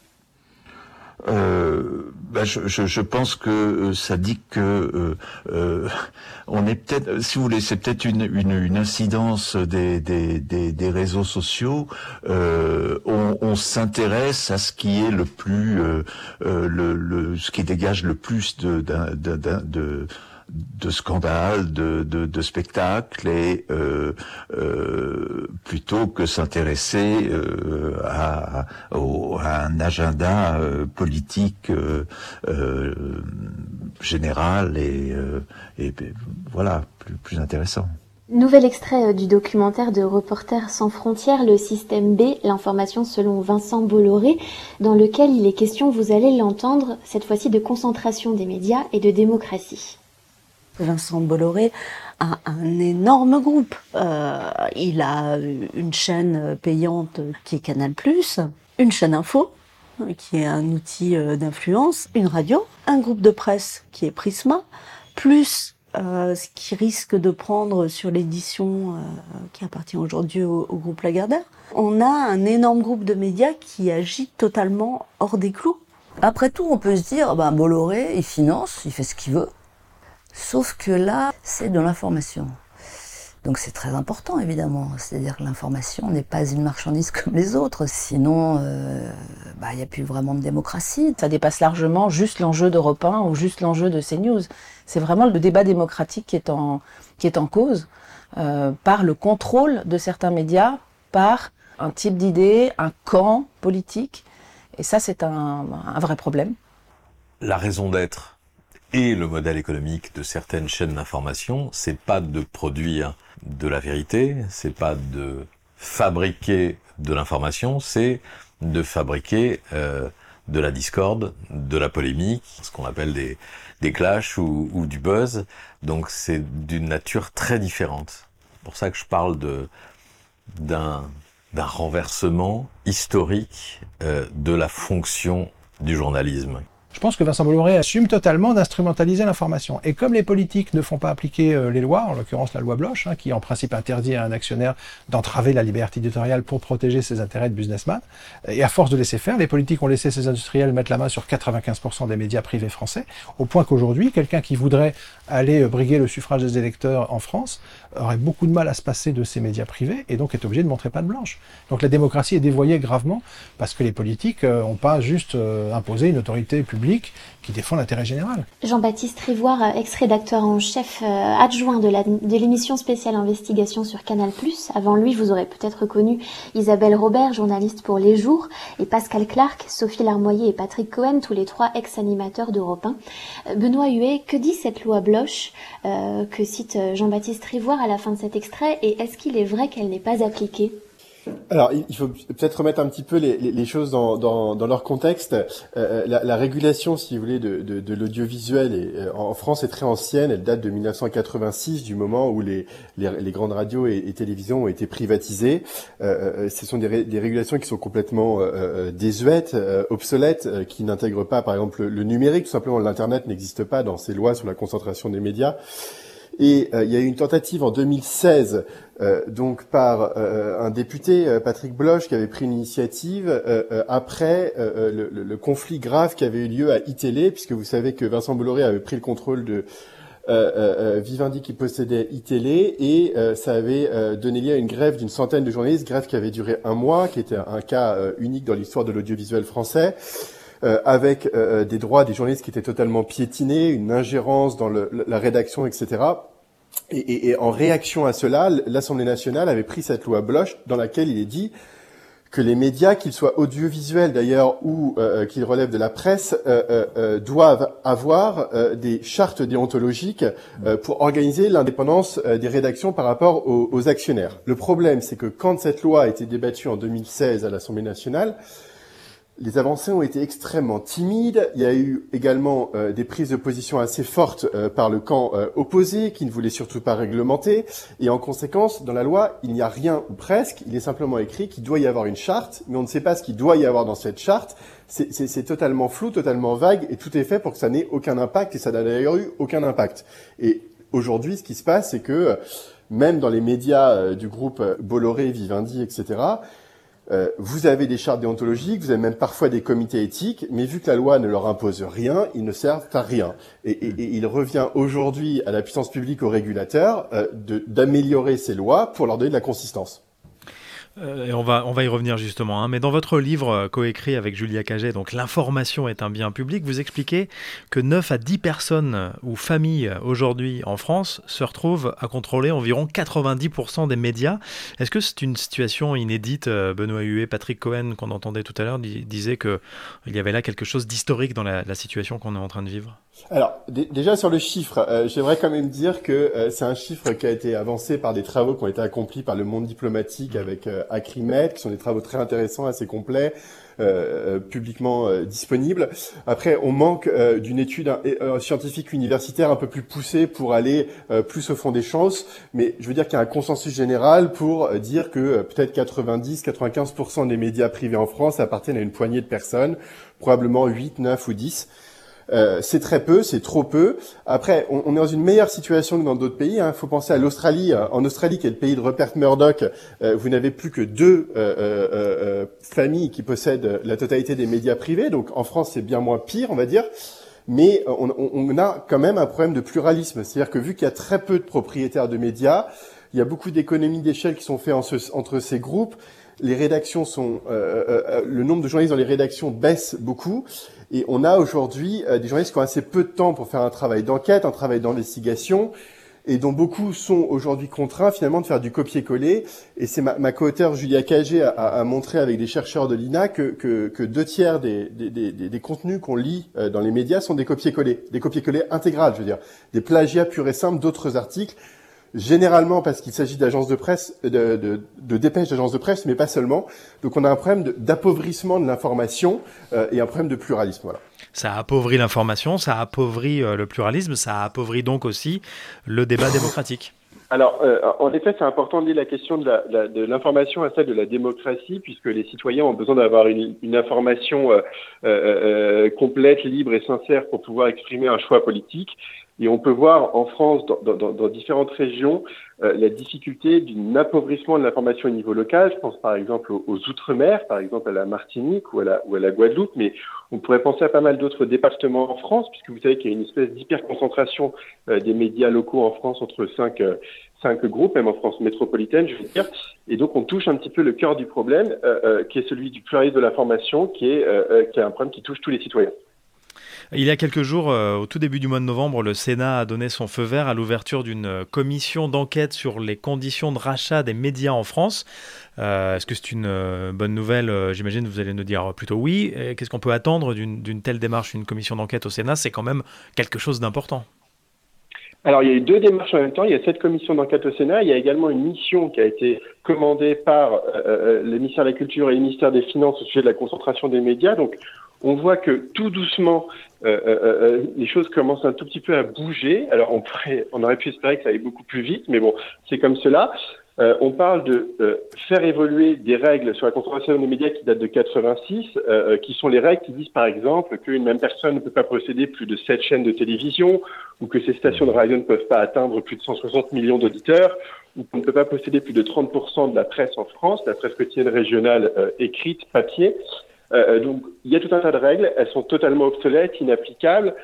Je pense que ça dit que on est peut-être, si vous voulez, c'est peut-être une incidence des réseaux sociaux. On s'intéresse à ce qui est le plus ce qui dégage le plus de scandales, de spectacles, et plutôt que s'intéresser à un agenda politique général et voilà, plus intéressant. Nouvel extrait du documentaire de Reporters sans frontières, Le Système B, l'information selon Vincent Bolloré, dans lequel il est question, vous allez l'entendre, cette fois-ci de concentration des médias et de démocratie. Vincent Bolloré a un énorme groupe. Il a une chaîne payante qui est Canal+, une chaîne info, qui est un outil d'influence, une radio, un groupe de presse qui est Prisma, plus ce qui risque de prendre sur l'édition qui appartient aujourd'hui au groupe Lagardère. On a un énorme groupe de médias qui agit totalement hors des clous. Après tout, on peut se dire, Bolloré, il finance, il fait ce qu'il veut. Sauf que là, c'est de l'information. Donc c'est très important, évidemment. C'est-à-dire que l'information n'est pas une marchandise comme les autres. Sinon, il n'y a plus vraiment de démocratie. Ça dépasse largement juste l'enjeu d'Europe 1 ou juste l'enjeu de CNews. C'est vraiment le débat démocratique qui est en cause par le contrôle de certains médias, par un type d'idée, un camp politique. Et ça, c'est un vrai problème. La raison d'être et le modèle économique de certaines chaînes d'information, c'est pas de produire de la vérité, c'est pas de fabriquer de l'information, c'est de fabriquer de la discorde, de la polémique, ce qu'on appelle des clashs ou du buzz. Donc c'est d'une nature très différente. C'est pour ça que je parle d'un renversement historique de la fonction du journalisme. Je pense que Vincent Bolloré assume totalement d'instrumentaliser l'information. Et comme les politiques ne font pas appliquer les lois, en l'occurrence la loi Bloch, qui en principe interdit à un actionnaire d'entraver la liberté éditoriale pour protéger ses intérêts de businessman, et à force de laisser faire, les politiques ont laissé ces industriels mettre la main sur 95% des médias privés français, au point qu'aujourd'hui, quelqu'un qui voudrait aller briguer le suffrage des électeurs en France aurait beaucoup de mal à se passer de ces médias privés et donc est obligé de montrer patte blanche. Donc la démocratie est dévoyée gravement parce que les politiques n'ont pas juste imposé une autorité publique qui défend l'intérêt général. Jean-Baptiste Rivoire, ex-rédacteur en chef adjoint de l'émission spéciale Investigation sur Canal+. Avant lui, vous aurez peut-être connu Isabelle Robert, journaliste pour Les Jours, et Pascal Clark, Sophie Larmoyer et Patrick Cohen, tous les trois ex-animateurs d'Europe 1. Benoît Huet, que dit cette loi Bloch que cite Jean-Baptiste Rivoire à la fin de cet extrait, et est-ce qu'il est vrai qu'elle n'est pas appliquée ? Alors, il faut peut-être remettre un petit peu les choses dans leur contexte. La régulation, si vous voulez, de l'audiovisuel en France est très ancienne. Elle date de 1986, du moment où les grandes radios et télévisions ont été privatisées. Ce sont des régulations qui sont complètement désuètes, obsolètes, qui n'intègrent pas, par exemple, le numérique. Tout simplement, l'Internet n'existe pas dans ces lois sur la concentration des médias. Et il y a eu une tentative en 2016, donc par un député, Patrick Bloch, qui avait pris une initiative après le conflit grave qui avait eu lieu à iTélé, puisque vous savez que Vincent Bolloré avait pris le contrôle de Vivendi qui possédait iTélé, et ça avait donné lieu à une grève d'une centaine de journalistes, grève qui avait duré 1 mois, qui était un cas unique dans l'histoire de l'audiovisuel français. Avec des droits des journalistes qui étaient totalement piétinés, une ingérence dans la rédaction, etc. Et en réaction à cela, l'Assemblée nationale avait pris cette loi Bloch dans laquelle il est dit que les médias, qu'ils soient audiovisuels d'ailleurs ou qu'ils relèvent de la presse, doivent avoir des chartes déontologiques pour organiser l'indépendance des rédactions par rapport aux actionnaires. Le problème, c'est que quand cette loi a été débattue en 2016 à l'Assemblée nationale, les avancées ont été extrêmement timides. Il y a eu également des prises de position assez fortes par le camp opposé, qui ne voulait surtout pas réglementer. Et en conséquence, dans la loi, il n'y a rien ou presque. Il est simplement écrit qu'il doit y avoir une charte, mais on ne sait pas ce qu'il doit y avoir dans cette charte. C'est totalement flou, totalement vague, et tout est fait pour que ça n'ait aucun impact, et ça n'a d'ailleurs eu aucun impact. Et aujourd'hui, ce qui se passe, c'est que même dans les médias du groupe Bolloré, Vivendi, etc., vous avez des chartes déontologiques, vous avez même parfois des comités éthiques, mais vu que la loi ne leur impose rien, ils ne servent à rien. Et il revient aujourd'hui à la puissance publique, aux régulateurs, d'améliorer ces lois pour leur donner de la consistance. Et on va y revenir justement, hein. Mais dans votre livre coécrit avec Julia Cagé, donc l'information est un bien public, vous expliquez que 9 à 10 personnes ou familles aujourd'hui en France se retrouvent à contrôler environ 90% des médias. Est-ce que c'est une situation inédite? Benoît Huet, Patrick Cohen, qu'on entendait tout à l'heure, disait qu'il y avait là quelque chose d'historique dans la situation qu'on est en train de vivre. Alors, déjà sur le chiffre, j'aimerais quand même dire que c'est un chiffre qui a été avancé par des travaux qui ont été accomplis par le monde diplomatique avec Acrimed, qui sont des travaux très intéressants, assez complets, publiquement disponibles. Après, on manque d'une étude scientifique universitaire un peu plus poussée pour aller plus au fond des choses, mais je veux dire qu'il y a un consensus général pour dire que peut-être 90-95% des médias privés en France appartiennent à une poignée de personnes, probablement 8, 9 ou 10. C'est très peu, c'est trop peu. Après, on est dans une meilleure situation que dans d'autres pays. Il faut penser à l'Australie. En Australie, qui est le pays de Rupert Murdoch, vous n'avez plus que 2 familles qui possèdent la totalité des médias privés. Donc en France, c'est bien moins pire, on va dire. Mais on a quand même un problème de pluralisme. C'est-à-dire que vu qu'il y a très peu de propriétaires de médias, il y a beaucoup d'économies d'échelle qui sont faites entre ces groupes. Les rédactions sont, le nombre de journalistes dans les rédactions baisse beaucoup, et on a aujourd'hui des journalistes qui ont assez peu de temps pour faire un travail d'enquête, un travail d'investigation, et dont beaucoup sont aujourd'hui contraints finalement de faire du copier-coller. Et c'est ma co-auteure Julia Cagé a montré avec des chercheurs de l'INA que 2 tiers des contenus qu'on lit dans les médias sont des copier-coller intégrales, je veux dire, des plagiats purs et simples d'autres articles. Généralement parce qu'il s'agit d'agences de presse, de dépêches d'agences de presse, mais pas seulement. Donc on a un problème d'appauvrissement de l'information et un problème de pluralisme. Voilà. Ça appauvrit l'information, ça appauvrit le pluralisme, ça appauvrit donc aussi le débat démocratique. Alors, en effet, c'est important de lier la question de l'information à celle de la démocratie, puisque les citoyens ont besoin d'avoir une information complète, libre et sincère pour pouvoir exprimer un choix politique. Et on peut voir en France, dans différentes régions, la difficulté d'un appauvrissement de l'information au niveau local. Je pense par exemple aux Outre-mer, par exemple à la Martinique ou à la Guadeloupe, mais on pourrait penser à pas mal d'autres départements en France, puisque vous savez qu'il y a une espèce d'hyperconcentration des médias locaux en France entre 5 groupes, même en France métropolitaine, je veux dire. Et donc on touche un petit peu le cœur du problème, qui est celui du pluralisme de l'information, qui est un problème qui touche tous les citoyens. Il y a quelques jours, au tout début du mois de novembre, le Sénat a donné son feu vert à l'ouverture d'une commission d'enquête sur les conditions de rachat des médias en France. Est-ce que c'est une bonne nouvelle? J'imagine que vous allez nous dire plutôt oui. Qu'est-ce qu'on peut attendre d'une telle démarche, une commission d'enquête au Sénat? C'est quand même quelque chose d'important. Alors, il y a eu 2 démarches en même temps. Il y a cette commission d'enquête au Sénat. Il y a également une mission qui a été commandée par le ministère de la Culture et le ministère des Finances au sujet de la concentration des médias. Donc, on voit que tout doucement, les choses commencent un tout petit peu à bouger. Alors, on aurait pu espérer que ça aille beaucoup plus vite, mais bon, c'est comme cela. On parle de faire évoluer des règles sur la concentration des médias qui datent de 86, qui sont les règles qui disent par exemple qu'une même personne ne peut pas posséder plus de 7 chaînes de télévision, ou que ces stations de radio ne peuvent pas atteindre plus de 160 millions d'auditeurs, ou qu'on ne peut pas posséder plus de 30% de la presse en France, la presse quotidienne régionale écrite, papier. Donc il y a tout un tas de règles, elles sont totalement obsolètes, inapplicables.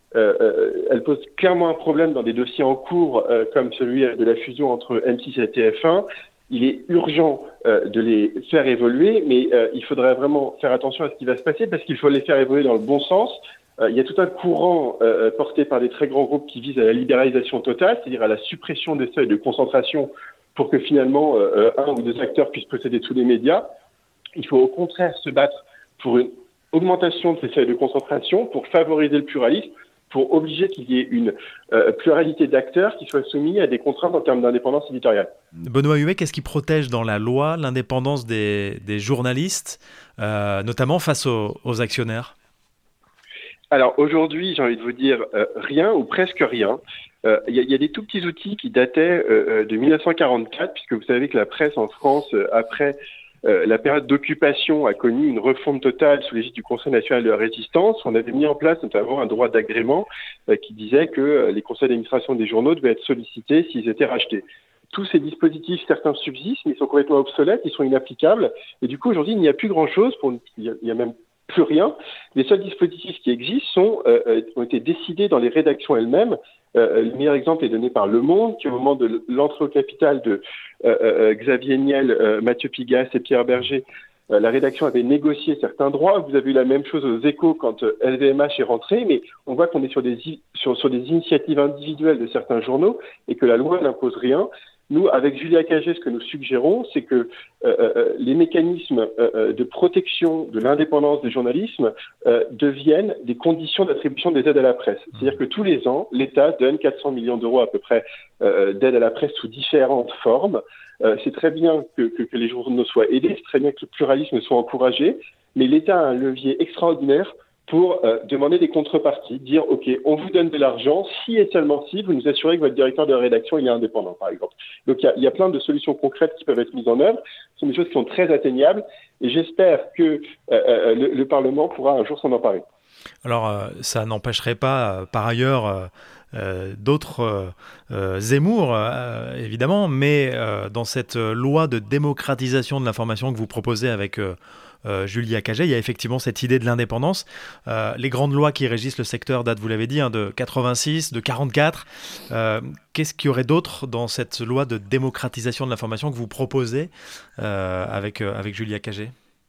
Elle pose clairement un problème dans des dossiers en cours comme celui de la fusion entre M6 et TF1. Il est urgent de les faire évoluer, mais il faudrait vraiment faire attention à ce qui va se passer parce qu'il faut les faire évoluer dans le bon sens. Il y a tout un courant porté par des très grands groupes qui vise à la libéralisation totale, c'est-à-dire à la suppression des seuils de concentration pour que finalement un ou 2 acteurs puissent posséder tous les médias. Il faut au contraire se battre pour une augmentation de ces seuils de concentration, pour favoriser le pluralisme, pour obliger qu'il y ait une pluralité d'acteurs qui soient soumis à des contraintes en termes d'indépendance éditoriale. Benoît Huet, qu'est-ce qui protège dans la loi l'indépendance des journalistes, notamment face aux actionnaires ? Alors aujourd'hui, j'ai envie de vous dire rien ou presque rien. Il y a des tout petits outils qui dataient de 1944, puisque vous savez que la presse en France, après la période d'occupation, a connu une refonte totale sous l'égide du Conseil national de la résistance. On avait mis en place notamment un droit d'agrément qui disait que les conseils d'administration des journaux devaient être sollicités s'ils étaient rachetés. Tous ces dispositifs, certains subsistent, mais ils sont complètement obsolètes, ils sont inapplicables. Et du coup, aujourd'hui, il n'y a plus grand-chose, il y a même plus rien. Les seuls dispositifs qui existent ont été décidés dans les rédactions elles-mêmes. Le meilleur exemple est donné par Le Monde, qui au moment de l'entrée au capital de Xavier Niel, Mathieu Pigasse et Pierre Berger, la rédaction avait négocié certains droits. Vous avez eu la même chose aux Échos quand LVMH est rentré, mais on voit qu'on est sur des initiatives individuelles de certains journaux et que la loi n'impose rien. Nous, avec Julia Cagé, ce que nous suggérons, c'est que les mécanismes de protection de l'indépendance des journalismes deviennent des conditions d'attribution des aides à la presse. C'est-à-dire que tous les ans, l'État donne 400 millions d'euros à peu près d'aide à la presse sous différentes formes. C'est très bien que les journaux soient aidés, c'est très bien que le pluralisme soit encouragé, mais l'État a un levier extraordinaire pour demander des contreparties, dire ok, on vous donne de l'argent si et seulement si vous nous assurez que votre directeur de rédaction il est indépendant, par exemple. Donc il y a plein de solutions concrètes qui peuvent être mises en œuvre. Ce sont des choses qui sont très atteignables et j'espère que le Parlement pourra un jour s'en emparer. Alors ça n'empêcherait pas par ailleurs d'autres Zemmour, évidemment, mais dans cette loi de démocratisation de l'information que vous proposez avec Julia Cagé, il y a effectivement cette idée de l'indépendance. Les grandes lois qui régissent le secteur datent, vous l'avez dit, de 86, de 44. Qu'est-ce qu'il y aurait d'autre dans cette loi de démocratisation de l'information que vous proposez avec Julia Cagé ?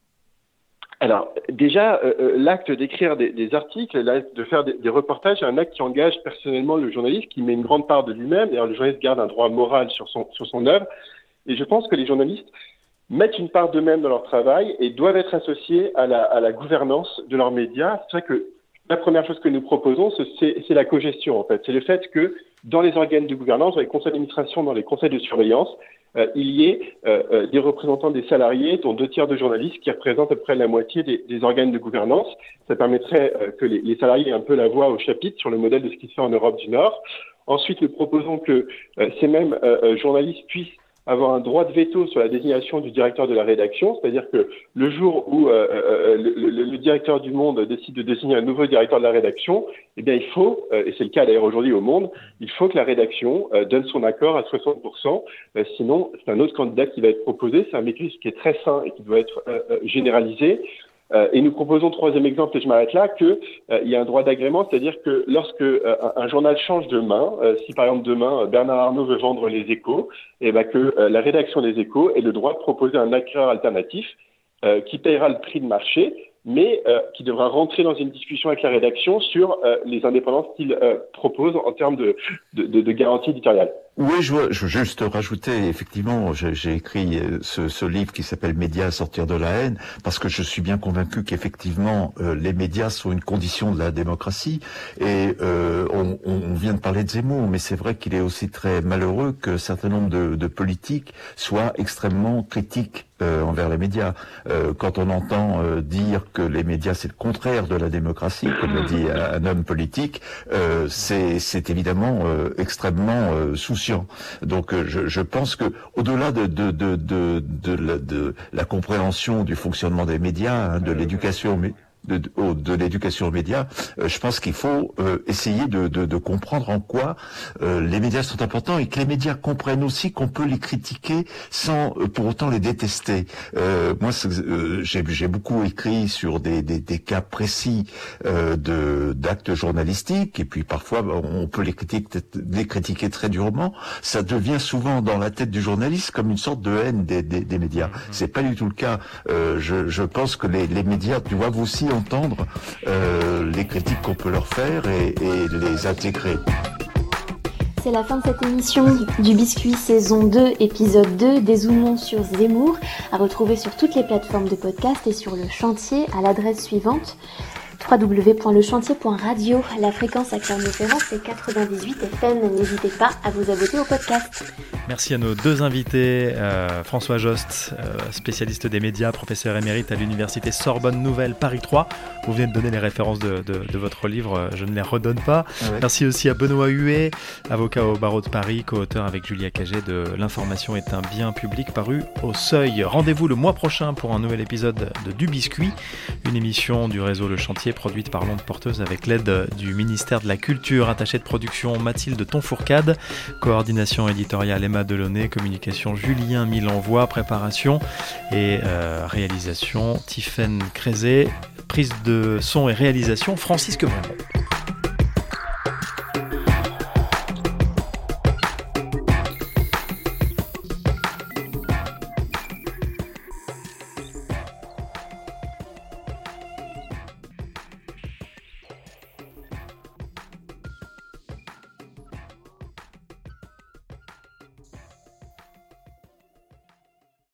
Alors, déjà, l'acte d'écrire des articles, l'acte de faire des reportages, c'est un acte qui engage personnellement le journaliste, qui met une grande part de lui-même. D'ailleurs, le journaliste garde un droit moral sur son œuvre. Et je pense que les journalistes mettent une part d'eux-mêmes dans leur travail et doivent être associés à la gouvernance de leurs médias. C'est vrai que la première chose que nous proposons, c'est la cogestion, en fait. C'est le fait que dans les organes de gouvernance, dans les conseils d'administration, dans les conseils de surveillance, il y ait des représentants des salariés, dont 2/3 de journalistes, qui représentent à peu près la moitié des organes de gouvernance. Ça permettrait que les salariés aient un peu la voix au chapitre sur le modèle de ce qui se fait en Europe du Nord. Ensuite, nous proposons que ces mêmes journalistes puissent avoir un droit de veto sur la désignation du directeur de la rédaction, c'est-à-dire que le jour où le directeur du Monde décide de désigner un nouveau directeur de la rédaction, eh bien il faut, et c'est le cas d'ailleurs aujourd'hui au Monde, il faut que la rédaction donne son accord à 60%, sinon c'est un autre candidat qui va être proposé, c'est un mécanisme qui est très sain et qui doit être généralisé. Et nous proposons, troisième exemple, et je m'arrête là, qu'il y a un droit d'agrément, c'est-à-dire que lorsque un journal change de main, si par exemple demain Bernard Arnault veut vendre les Échos, et ben que la rédaction des Échos ait le droit de proposer un acquéreur alternatif qui payera le prix de marché, mais qui devra rentrer dans une discussion avec la rédaction sur les indépendances qu'il propose en termes de garantie éditoriale. Oui, je veux juste rajouter, effectivement, j'ai écrit ce livre qui s'appelle « Médias, sortir de la haine », parce que je suis bien convaincu qu'effectivement, les médias sont une condition de la démocratie. Et on vient de parler de Zemmour, mais c'est vrai qu'il est aussi très malheureux qu'un certain nombre de politiques soient extrêmement critiques envers les médias. Quand on entend dire que les médias c'est le contraire de la démocratie, comme l'a dit un homme politique, c'est évidemment extrêmement souciant. Donc je pense que au-delà de la compréhension du fonctionnement des médias, de l'éducation de l'éducation aux médias, je pense qu'il faut essayer de comprendre en quoi les médias sont importants et que les médias comprennent aussi qu'on peut les critiquer sans pour autant les détester. Moi, j'ai beaucoup écrit sur des cas précis d'actes journalistiques et puis parfois on peut les critiquer très durement. Ça devient souvent dans la tête du journaliste comme une sorte de haine des médias. C'est pas du tout le cas. Je pense que les médias doivent aussi entendre les critiques qu'on peut leur faire et les intégrer. C'est la fin de cette émission du Biscuit saison 2, épisode 2, dézoomons sur Zemmour, à retrouver sur toutes les plateformes de podcast et sur le chantier à l'adresse suivante www.lechantier.radio. La fréquence à Clermont-Ferrand, c'est 98 FM. N'hésitez pas à vous abonner au podcast. Merci à nos deux invités, François Jost, spécialiste des médias, professeur émérite à l'université Sorbonne Nouvelle Paris 3. Vous venez de donner les références de votre livre, je ne les redonne pas. Ouais. Merci aussi à Benoît Huet, avocat au barreau de Paris, co-auteur avec Julia Cagé de L'information est un bien public, paru au Seuil. Rendez-vous le mois prochain pour un nouvel épisode de Du Biscuit, une émission du réseau Le Chantier produite par l'Onde Porteuse avec l'aide du ministère de la Culture. Attachée de production Mathilde Tonfourcade, coordination éditoriale Emma Delaunay, communication Julien Milenvoix, préparation et réalisation Tiffaine Crézé, prise de son et réalisation Francisque Bremont.